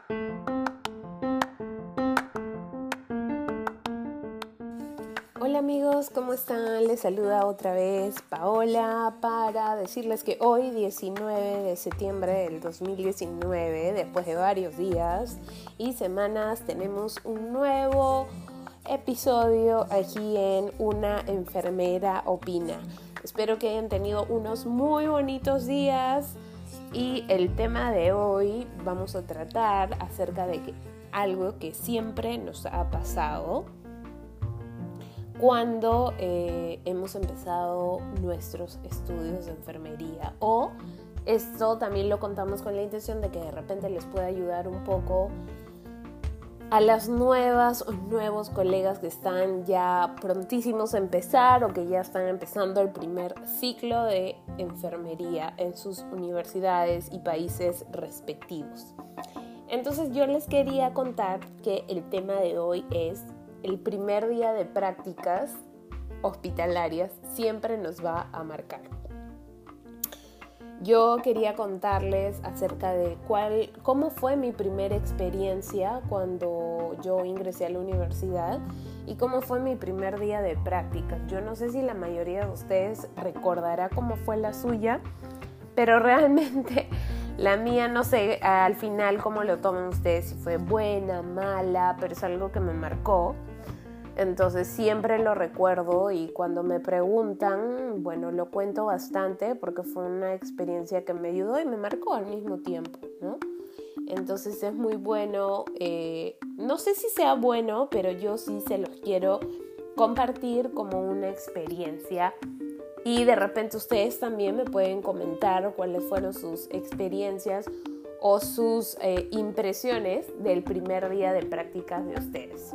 Hola amigos, ¿cómo están? Les saluda otra vez Paola para decirles que hoy, 19 de septiembre del 2019, después de varios días y semanas, tenemos un nuevo episodio aquí en Una Enfermera Opina. Espero que hayan tenido unos muy bonitos días y el tema de hoy vamos a tratar acerca de algo que siempre nos ha pasado cuando hemos empezado nuestros estudios de enfermería, o esto también lo contamos con la intención de que de repente les pueda ayudar un poco a las nuevas o nuevos colegas que están ya prontísimos a empezar o que ya están empezando el primer ciclo de enfermería en sus universidades y países respectivos. Entonces yo les quería contar que el tema de hoy es: el primer día de prácticas hospitalarias siempre nos va a marcar. Yo quería contarles acerca de cómo fue mi primera experiencia cuando yo ingresé a la universidad y cómo fue mi primer día de prácticas. Yo no sé si la mayoría de ustedes recordará cómo fue la suya, pero realmente la mía no sé al final cómo lo toman ustedes, si fue buena, mala, pero es algo que me marcó. Entonces siempre lo recuerdo y cuando me preguntan, bueno, lo cuento bastante porque fue una experiencia que me ayudó y me marcó al mismo tiempo, ¿no? Entonces es muy bueno, no sé si sea bueno, pero yo sí se los quiero compartir como una experiencia. Y de repente ustedes también me pueden comentar cuáles fueron sus experiencias o sus impresiones del primer día de prácticas de ustedes.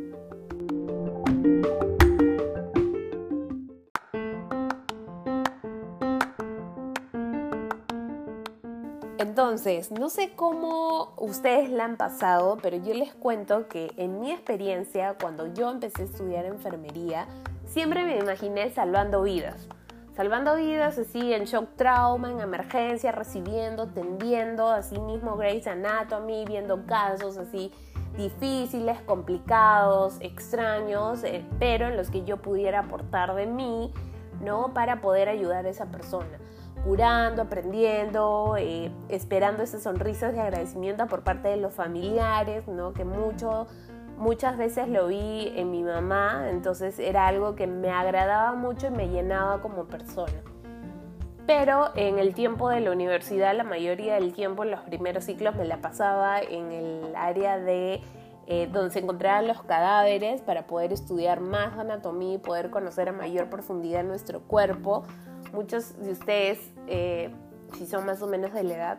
Entonces, no sé cómo ustedes la han pasado, pero yo les cuento que en mi experiencia, cuando yo empecé a estudiar enfermería, siempre me imaginé salvando vidas. Salvando vidas así en shock trauma, en emergencia, recibiendo, atendiendo, así mismo Grey's Anatomy, viendo casos así difíciles, complicados, extraños, pero en los que yo pudiera aportar de mí, ¿no? Para poder ayudar a esa persona. Curando, aprendiendo, esperando esas sonrisas de agradecimiento por parte de los familiares, ¿no? Que muchas veces lo vi en mi mamá, entonces era algo que me agradaba mucho y me llenaba como persona. Pero en el tiempo de la universidad, la mayoría del tiempo, en los primeros ciclos, me la pasaba en el área de donde se encontraban los cadáveres para poder estudiar más anatomía y poder conocer a mayor profundidad nuestro cuerpo. Muchos de ustedes, si son más o menos de la edad,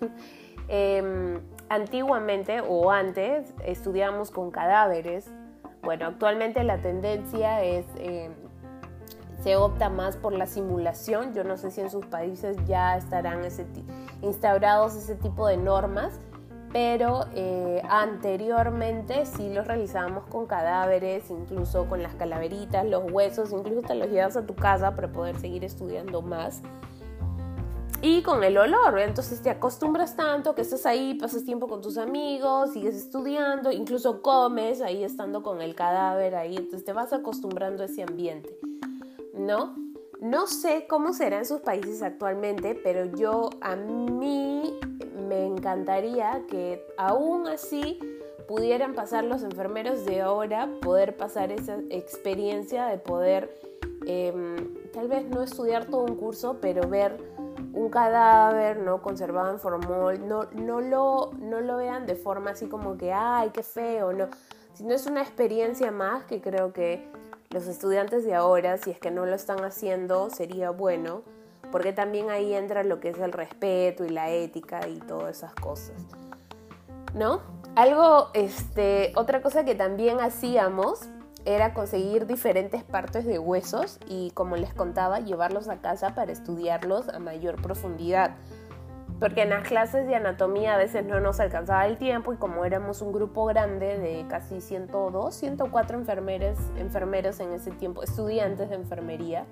antiguamente o antes estudiábamos con cadáveres. Bueno, actualmente la tendencia es, se opta más por la simulación. Yo no sé si en sus países ya estarán instaurados ese tipo de normas, pero anteriormente sí los realizábamos con cadáveres, incluso con las calaveritas, los huesos, incluso te los llevas a tu casa para poder seguir estudiando más. Y con el olor, entonces te acostumbras tanto que estás ahí, pasas tiempo con tus amigos, sigues estudiando, incluso comes ahí estando con el cadáver ahí, entonces te vas acostumbrando a ese ambiente, ¿no? No sé cómo será en sus países actualmente, pero a mí me encantaría que aún así pudieran pasar los enfermeros de ahora, poder pasar esa experiencia de poder tal vez no estudiar todo un curso, pero ver un cadáver, ¿no? Conservado en formol, no lo vean de forma así como que ¡ay, qué feo! No, sino es una experiencia más que creo que los estudiantes de ahora, si es que no lo están haciendo, sería bueno, porque también ahí entra lo que es el respeto y la ética y todas esas cosas, ¿no? Otra cosa que también hacíamos era conseguir diferentes partes de huesos y, como les contaba, llevarlos a casa para estudiarlos a mayor profundidad. Porque en las clases de anatomía a veces no nos alcanzaba el tiempo y como éramos un grupo grande de casi 102, 104 enfermeros en ese tiempo, estudiantes de enfermería.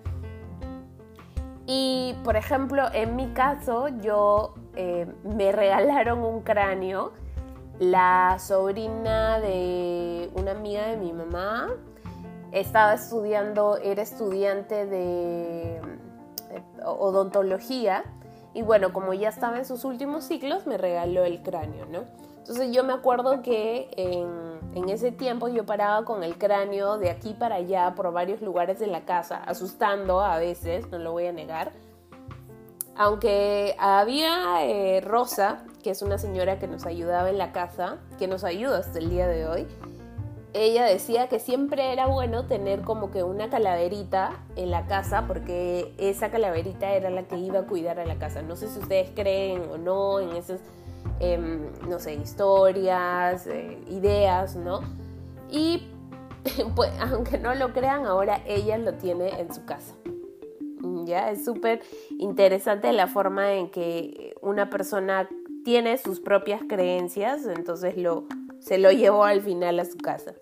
Y, por ejemplo, en mi caso, me regalaron un cráneo la sobrina de una amiga de mi mamá era estudiante de odontología, y bueno, como ya estaba en sus últimos ciclos, me regaló el cráneo, ¿no? Entonces yo me acuerdo que en ese tiempo yo paraba con el cráneo de aquí para allá por varios lugares de la casa, asustando a veces, no lo voy a negar. Aunque había Rosa, que es una señora que nos ayudaba en la casa, que nos ayuda hasta el día de hoy, ella decía que siempre era bueno tener como que una calaverita en la casa, porque esa calaverita era la que iba a cuidar a la casa. No sé si ustedes creen o no en esas, no sé, historias, ideas, ¿no? Y pues, aunque no lo crean, ahora ella lo tiene en su casa. Ya es súper interesante la forma en que una persona tiene sus propias creencias, entonces se lo llevó al final a su casa.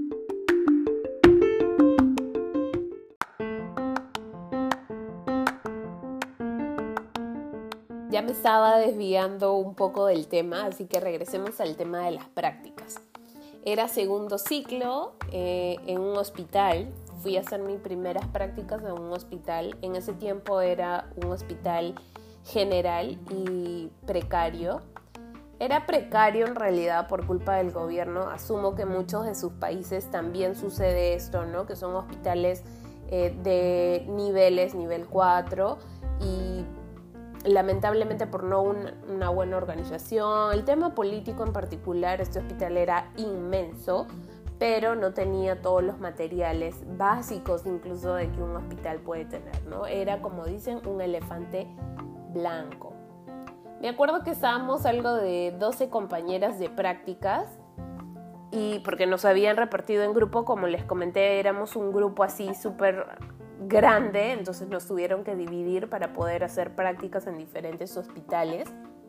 Ya me estaba desviando un poco del tema, así que regresemos al tema de las prácticas. Era segundo ciclo en un hospital. Fui a hacer mis primeras prácticas en un hospital. En ese tiempo era un hospital general y precario. Era precario en realidad por culpa del gobierno. Asumo que en muchos de sus países también sucede esto, ¿no? Que son hospitales de nivel 4 y lamentablemente por no una buena organización, el tema político en particular, este hospital era inmenso, pero no tenía todos los materiales básicos incluso de que un hospital puede tener, ¿no? Era, como dicen, un elefante blanco. Me acuerdo que estábamos algo de 12 compañeras de prácticas, y porque nos habían repartido en grupo, como les comenté, éramos un grupo así súper grande, entonces nos tuvieron que dividir para poder hacer prácticas en diferentes hospitales.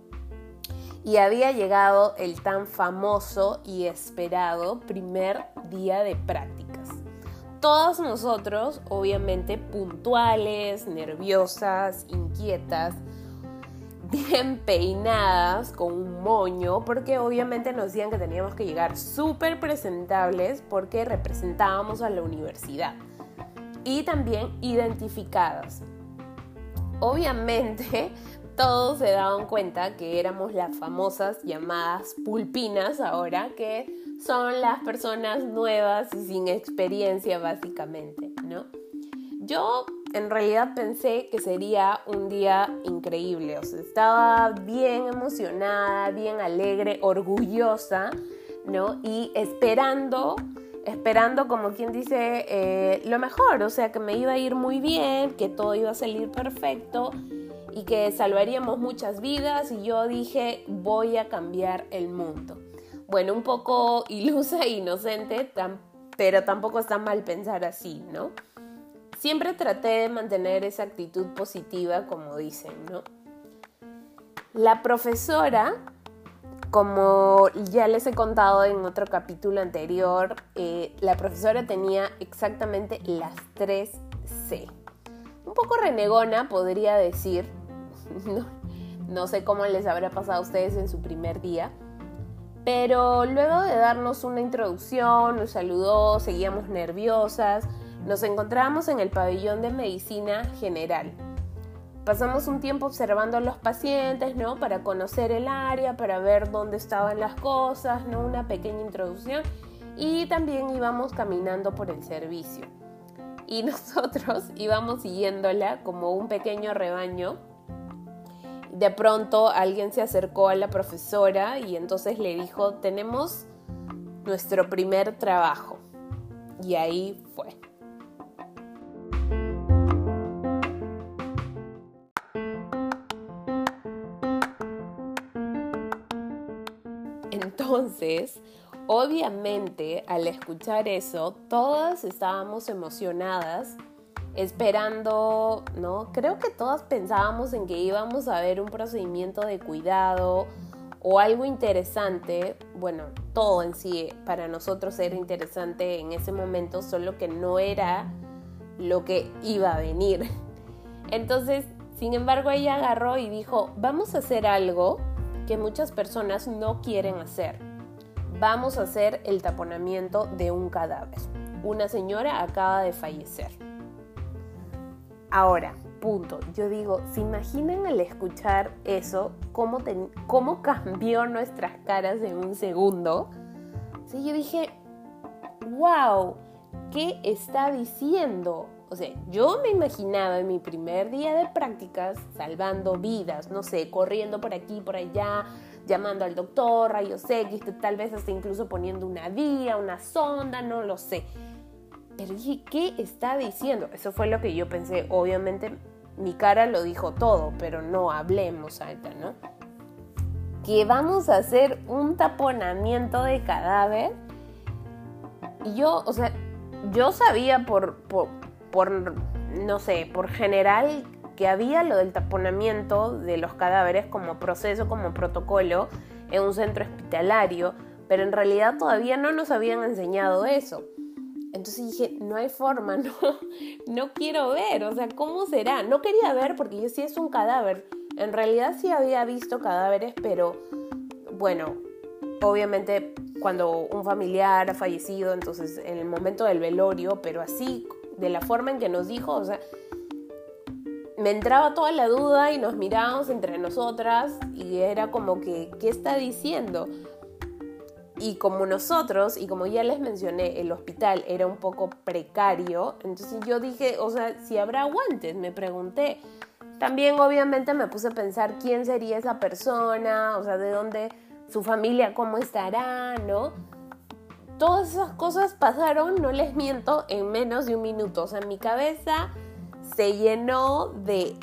Y había llegado el tan famoso y esperado primer día de prácticas. Todos nosotros, obviamente, puntuales, nerviosas, inquietas, bien peinadas, con un moño, porque obviamente nos decían que teníamos que llegar súper presentables porque representábamos a la universidad. Y también identificadas. Obviamente todos se daban cuenta que éramos las famosas llamadas pulpinas ahora, que son las personas nuevas y sin experiencia básicamente, ¿no? Yo en realidad pensé que sería un día increíble, o sea, estaba bien emocionada, bien alegre, orgullosa, ¿no? Y esperando como quien dice lo mejor, o sea, que me iba a ir muy bien, que todo iba a salir perfecto y que salvaríamos muchas vidas, y yo dije, voy a cambiar el mundo. Bueno, un poco ilusa e inocente, pero tampoco está mal pensar así, ¿no? Siempre traté de mantener esa actitud positiva, como dicen, ¿no? La profesora, como ya les he contado en otro capítulo anterior, la profesora tenía exactamente las 3 C. Un poco renegona, podría decir. No sé cómo les habrá pasado a ustedes en su primer día. Pero luego de darnos una introducción, nos saludó, seguíamos nerviosas. Nos encontrábamos en el pabellón de medicina general. Pasamos un tiempo observando a los pacientes, ¿no? Para conocer el área, para ver dónde estaban las cosas, ¿no? Una pequeña introducción. Y también íbamos caminando por el servicio. Y nosotros íbamos siguiéndola como un pequeño rebaño. De pronto alguien se acercó a la profesora y entonces le dijo, tenemos nuestro primer trabajo. Y ahí fue. Entonces, obviamente, al escuchar eso, todas estábamos emocionadas, esperando, ¿no? Creo que todas pensábamos en que íbamos a ver un procedimiento de cuidado o algo interesante. Bueno, todo en sí para nosotros era interesante en ese momento, solo que no era lo que iba a venir. Entonces, sin embargo, ella agarró y dijo, vamos a hacer algo que muchas personas no quieren hacer. vamos a hacer el taponamiento de un cadáver. Una señora acaba de fallecer. Ahora, punto. Yo digo, ¿se imaginan al escuchar eso cómo cambió nuestras caras en un segundo? Sí, yo dije, wow, ¿qué está diciendo? O sea, yo me imaginaba en mi primer día de prácticas salvando vidas, no sé, corriendo por aquí, por allá, llamando al doctor, rayos X, tal vez hasta incluso poniendo una vía, una sonda, no lo sé. Pero dije, ¿qué está diciendo? Eso fue lo que yo pensé. Obviamente mi cara lo dijo todo, pero no hablé en voz alta, ¿no? Que vamos a hacer un taponamiento de cadáver. Y yo, o sea, yo sabía por no sé, por general que había lo del taponamiento de los cadáveres como proceso, como protocolo en un centro hospitalario, pero en realidad todavía no nos habían enseñado eso. Entonces dije, no hay forma, no quiero ver, o sea, ¿cómo será? No quería ver porque yo sí es un cadáver. En realidad sí había visto cadáveres, pero bueno, obviamente cuando un familiar ha fallecido, entonces en el momento del velorio, pero así, de la forma en que nos dijo, o sea, me entraba toda la duda y nos mirábamos entre nosotras y era como que, ¿qué está diciendo? Y como nosotros, y como ya les mencioné, el hospital era un poco precario, entonces yo dije, o sea, si habrá guantes, me pregunté. También obviamente me puse a pensar quién sería esa persona, o sea, de dónde, su familia, cómo estará, ¿no? Todas esas cosas pasaron, no les miento, en menos de un minuto. O sea, mi cabeza se llenó de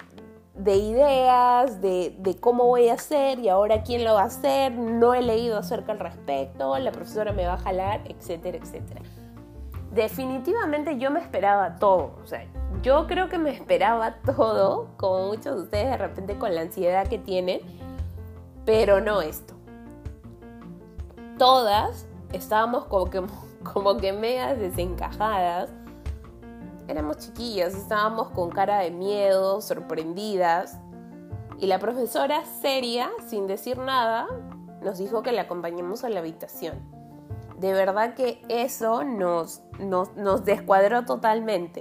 ideas, de cómo voy a hacer y ahora quién lo va a hacer, no he leído acerca al respecto, la profesora me va a jalar, etcétera, etcétera. Definitivamente yo me esperaba todo, o sea, yo creo que me esperaba todo, como muchos de ustedes de repente con la ansiedad que tienen, pero no esto. Todas estábamos como que medias desencajadas. Éramos chiquillas, estábamos con cara de miedo, sorprendidas. Y la profesora, seria, sin decir nada, nos dijo que la acompañemos a la habitación. De verdad que eso nos descuadró totalmente.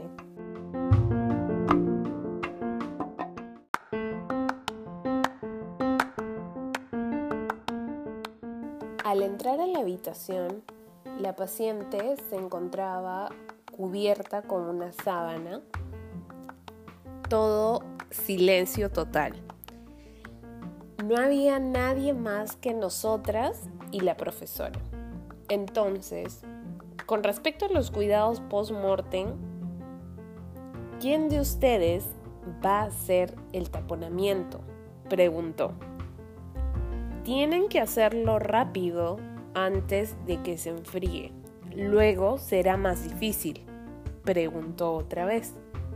Al entrar a la habitación, la paciente se encontraba cubierta con una sábana, todo silencio total. No había nadie más que nosotras y la profesora. Entonces, con respecto a los cuidados post-mortem, ¿quién de ustedes va a hacer el taponamiento?, preguntó. Tienen que hacerlo rápido antes de que se enfríe. Luego será más difícil, preguntó otra vez.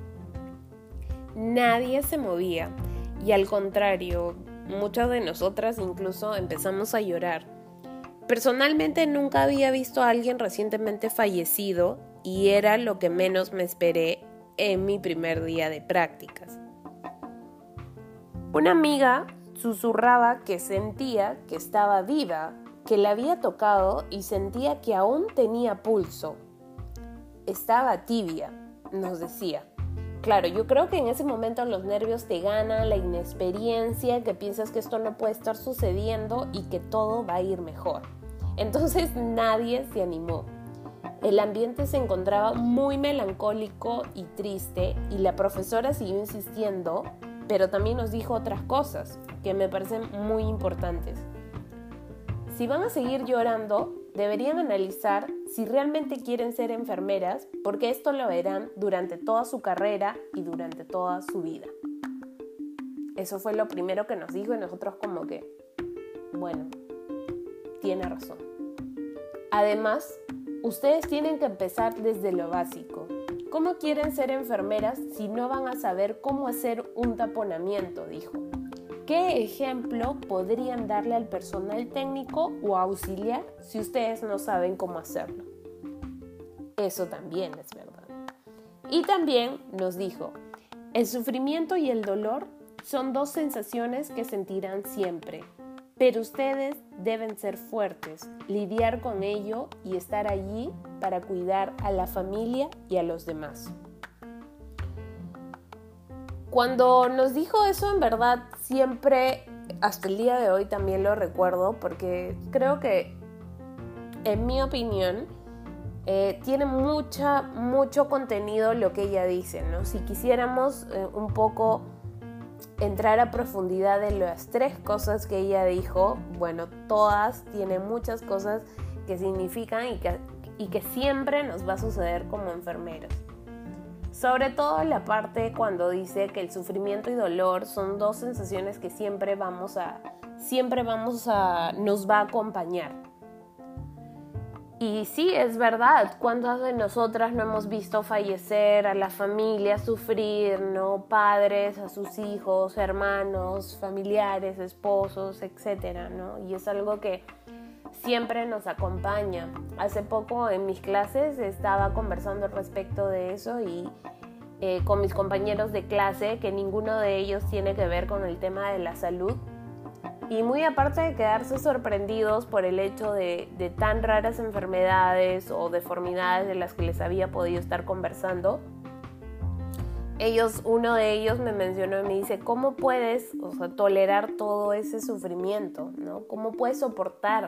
Nadie se movía y al contrario, muchas de nosotras incluso empezamos a llorar. Personalmente nunca había visto a alguien recientemente fallecido y era lo que menos me esperé en mi primer día de prácticas. Una amiga susurraba que sentía que estaba viva, que la había tocado y sentía que aún tenía pulso. Estaba tibia, nos decía. Claro, yo creo que en ese momento los nervios te ganan, la inexperiencia, que piensas que esto no puede estar sucediendo y que todo va a ir mejor. Entonces nadie se animó. El ambiente se encontraba muy melancólico y triste y la profesora siguió insistiendo, pero también nos dijo otras cosas que me parecen muy importantes. Si van a seguir llorando, deberían analizar si realmente quieren ser enfermeras, porque esto lo verán durante toda su carrera y durante toda su vida. Eso fue lo primero que nos dijo y nosotros como que, bueno, tiene razón. Además, ustedes tienen que empezar desde lo básico. ¿Cómo quieren ser enfermeras si no van a saber cómo hacer un taponamiento?, dijo. ¿Qué ejemplo podrían darle al personal técnico o auxiliar si ustedes no saben cómo hacerlo? Eso también es verdad. Y también nos dijo, el sufrimiento y el dolor son dos sensaciones que sentirán siempre, pero ustedes deben ser fuertes, lidiar con ello y estar allí para cuidar a la familia y a los demás. Cuando nos dijo eso, en verdad, siempre, hasta el día de hoy también lo recuerdo, porque creo que, en mi opinión, tiene mucho contenido lo que ella dice, ¿no? Si quisiéramos un poco entrar a profundidad de las 3 cosas que ella dijo, bueno, todas tienen muchas cosas que significan y que siempre nos va a suceder como enfermeros. Sobre todo la parte cuando dice que el sufrimiento y dolor son 2 sensaciones que siempre nos va a acompañar. Y sí, es verdad, ¿cuántas de nosotras no hemos visto fallecer a la familia, sufrir, ¿no? Padres, a sus hijos, hermanos, familiares, esposos, etcétera, ¿no? Y es algo que siempre nos acompaña. Hace poco en mis clases estaba conversando respecto de eso y con mis compañeros de clase, que ninguno de ellos tiene que ver con el tema de la salud. Y muy aparte de quedarse sorprendidos por el hecho de tan raras enfermedades o deformidades de las que les había podido estar conversando, uno de ellos me mencionó y me dice, ¿cómo puedes, tolerar todo ese sufrimiento, ¿no? ¿Cómo puedes soportar?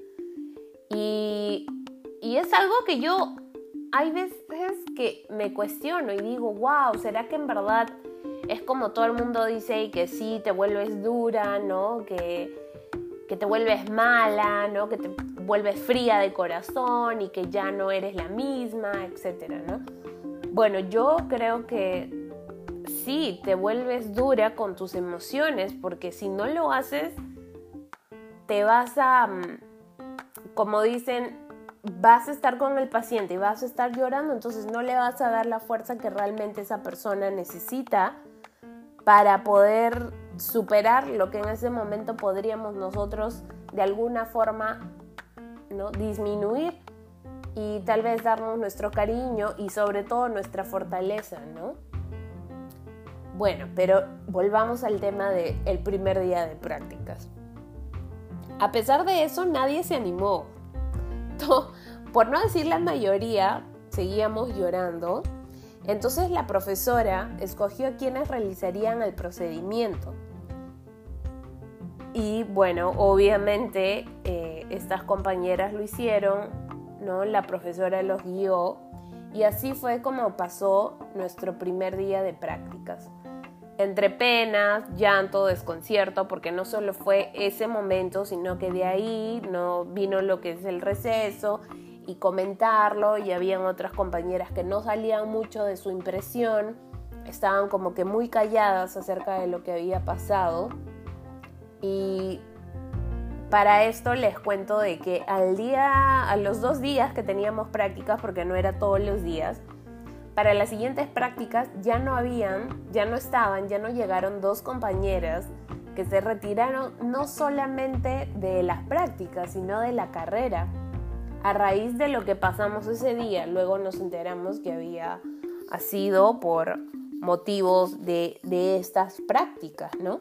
Y es algo que yo, hay veces que me cuestiono y digo, wow, ¿será que en verdad es como todo el mundo dice y que sí, te vuelves dura, ¿no? Que te vuelves mala, ¿no? Que te vuelves fría de corazón y que ya no eres la misma, etcétera, ¿no? Bueno, yo creo que sí, te vuelves dura con tus emociones, porque si no lo haces, te vas a, como dicen, vas a estar con el paciente y vas a estar llorando, entonces no le vas a dar la fuerza que realmente esa persona necesita para poder superar lo que en ese momento podríamos nosotros de alguna forma, ¿no? Disminuir y tal vez darnos nuestro cariño y sobre todo nuestra fortaleza, ¿no? Bueno, pero volvamos al tema del primer día de prácticas. A pesar de eso, nadie se animó. Por no decir la mayoría, seguíamos llorando. Entonces la profesora escogió a quienes realizarían el procedimiento. Y bueno, obviamente estas compañeras lo hicieron, ¿no? La profesora los guió y así fue como pasó nuestro primer día de prácticas. Entre penas, llanto, desconcierto, porque no solo fue ese momento, sino que de ahí no vino lo que es el receso y comentarlo, y habían otras compañeras que no salían mucho de su impresión, estaban como que muy calladas acerca de lo que había pasado. Y para esto les cuento de que a los 2 días que teníamos prácticas, porque no era todos los días, para las siguientes prácticas ya no llegaron 2 compañeras que se retiraron no solamente de las prácticas, sino de la carrera. A raíz de lo que pasamos ese día, luego nos enteramos que había sido por motivos de estas prácticas, ¿no?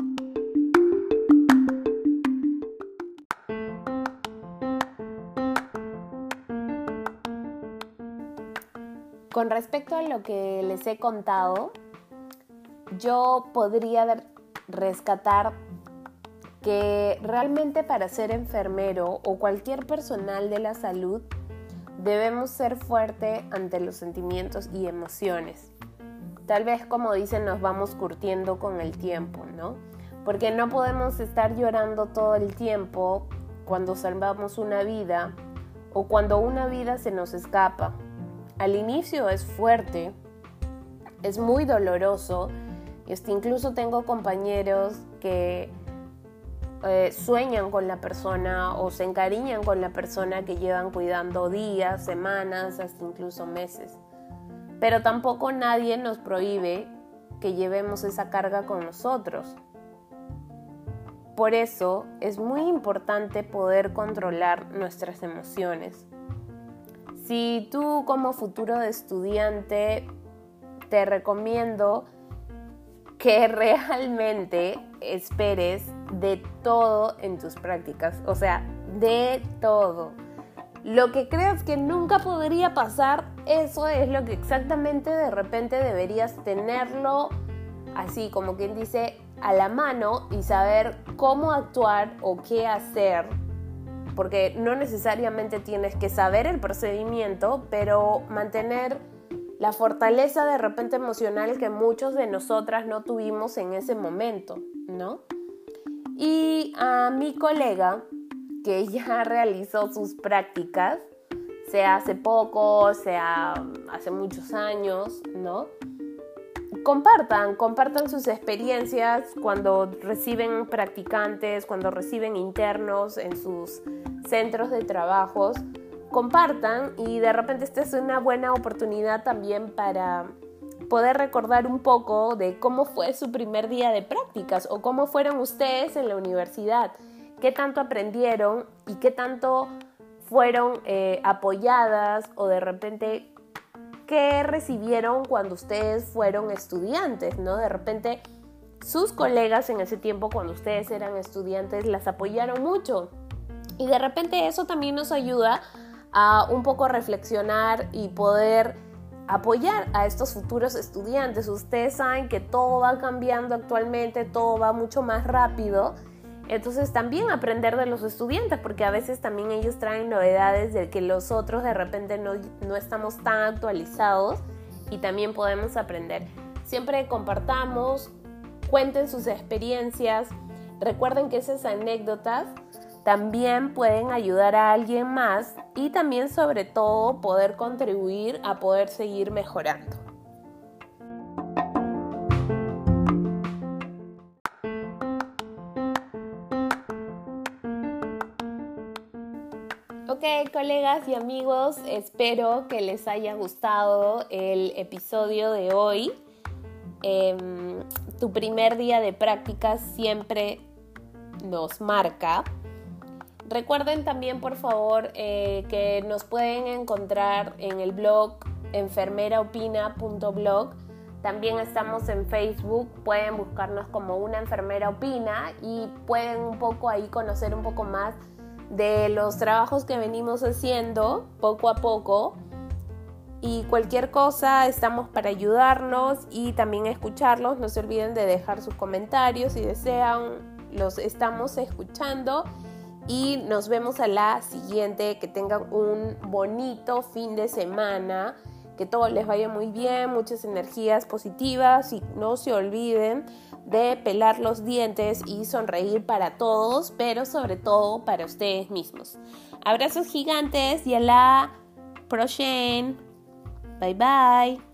Con respecto a lo que les he contado, yo podría rescatar que realmente para ser enfermero o cualquier personal de la salud debemos ser fuertes ante los sentimientos y emociones. Tal vez, como dicen, nos vamos curtiendo con el tiempo, ¿no? Porque no podemos estar llorando todo el tiempo cuando salvamos una vida o cuando una vida se nos escapa. Al inicio es fuerte, es muy doloroso. Incluso tengo compañeros que sueñan con la persona o se encariñan con la persona que llevan cuidando días, semanas, hasta incluso meses. Pero tampoco nadie nos prohíbe que llevemos esa carga con nosotros. Por eso es muy importante poder controlar nuestras emociones. Si tú como futuro estudiante, te recomiendo que realmente esperes de todo en tus prácticas, o sea, de todo. Lo que creas que nunca podría pasar, eso es lo que exactamente de repente deberías tenerlo así, como quien dice, a la mano y saber cómo actuar o qué hacer, porque no necesariamente tienes que saber el procedimiento, pero mantener la fortaleza de repente emocional que muchos de nosotras no tuvimos en ese momento, ¿no? Y a mi colega, que ya realizó sus prácticas, sea hace poco, sea hace muchos años, ¿no? Compartan sus experiencias cuando reciben practicantes, cuando reciben internos en sus centros de trabajos. Compartan y de repente esta es una buena oportunidad también para poder recordar un poco de cómo fue su primer día de prácticas o cómo fueron ustedes en la universidad, qué tanto aprendieron y qué tanto fueron apoyadas o de repente qué recibieron cuando ustedes fueron estudiantes, ¿no? De repente sus colegas en ese tiempo cuando ustedes eran estudiantes las apoyaron mucho y de repente eso también nos ayuda a un poco reflexionar y poder apoyar a estos futuros estudiantes. Ustedes saben que todo va cambiando actualmente, todo va mucho más rápido. Entonces también aprender de los estudiantes, porque a veces también ellos traen novedades de que los otros de repente no estamos tan actualizados y también podemos aprender. Siempre compartamos, cuenten sus experiencias, recuerden que esas anécdotas también pueden ayudar a alguien más y también sobre todo poder contribuir a poder seguir mejorando. Ok, colegas y amigos, espero que les haya gustado el episodio de hoy. Tu primer día de prácticas siempre nos marca. Recuerden también, por favor, que nos pueden encontrar en el blog enfermeraopina.blog. También estamos en Facebook, pueden buscarnos como Una Enfermera Opina y pueden un poco ahí conocer un poco más de los trabajos que venimos haciendo poco a poco. Y cualquier cosa estamos para ayudarnos y también escucharlos. No se olviden de dejar sus comentarios si desean, los estamos escuchando. Y nos vemos a la siguiente. Que tengan un bonito fin de semana. Que todo les vaya muy bien. Muchas energías positivas. Y no se olviden de pelar los dientes y sonreír para todos. Pero sobre todo para ustedes mismos. Abrazos gigantes y a la próxima. Bye bye.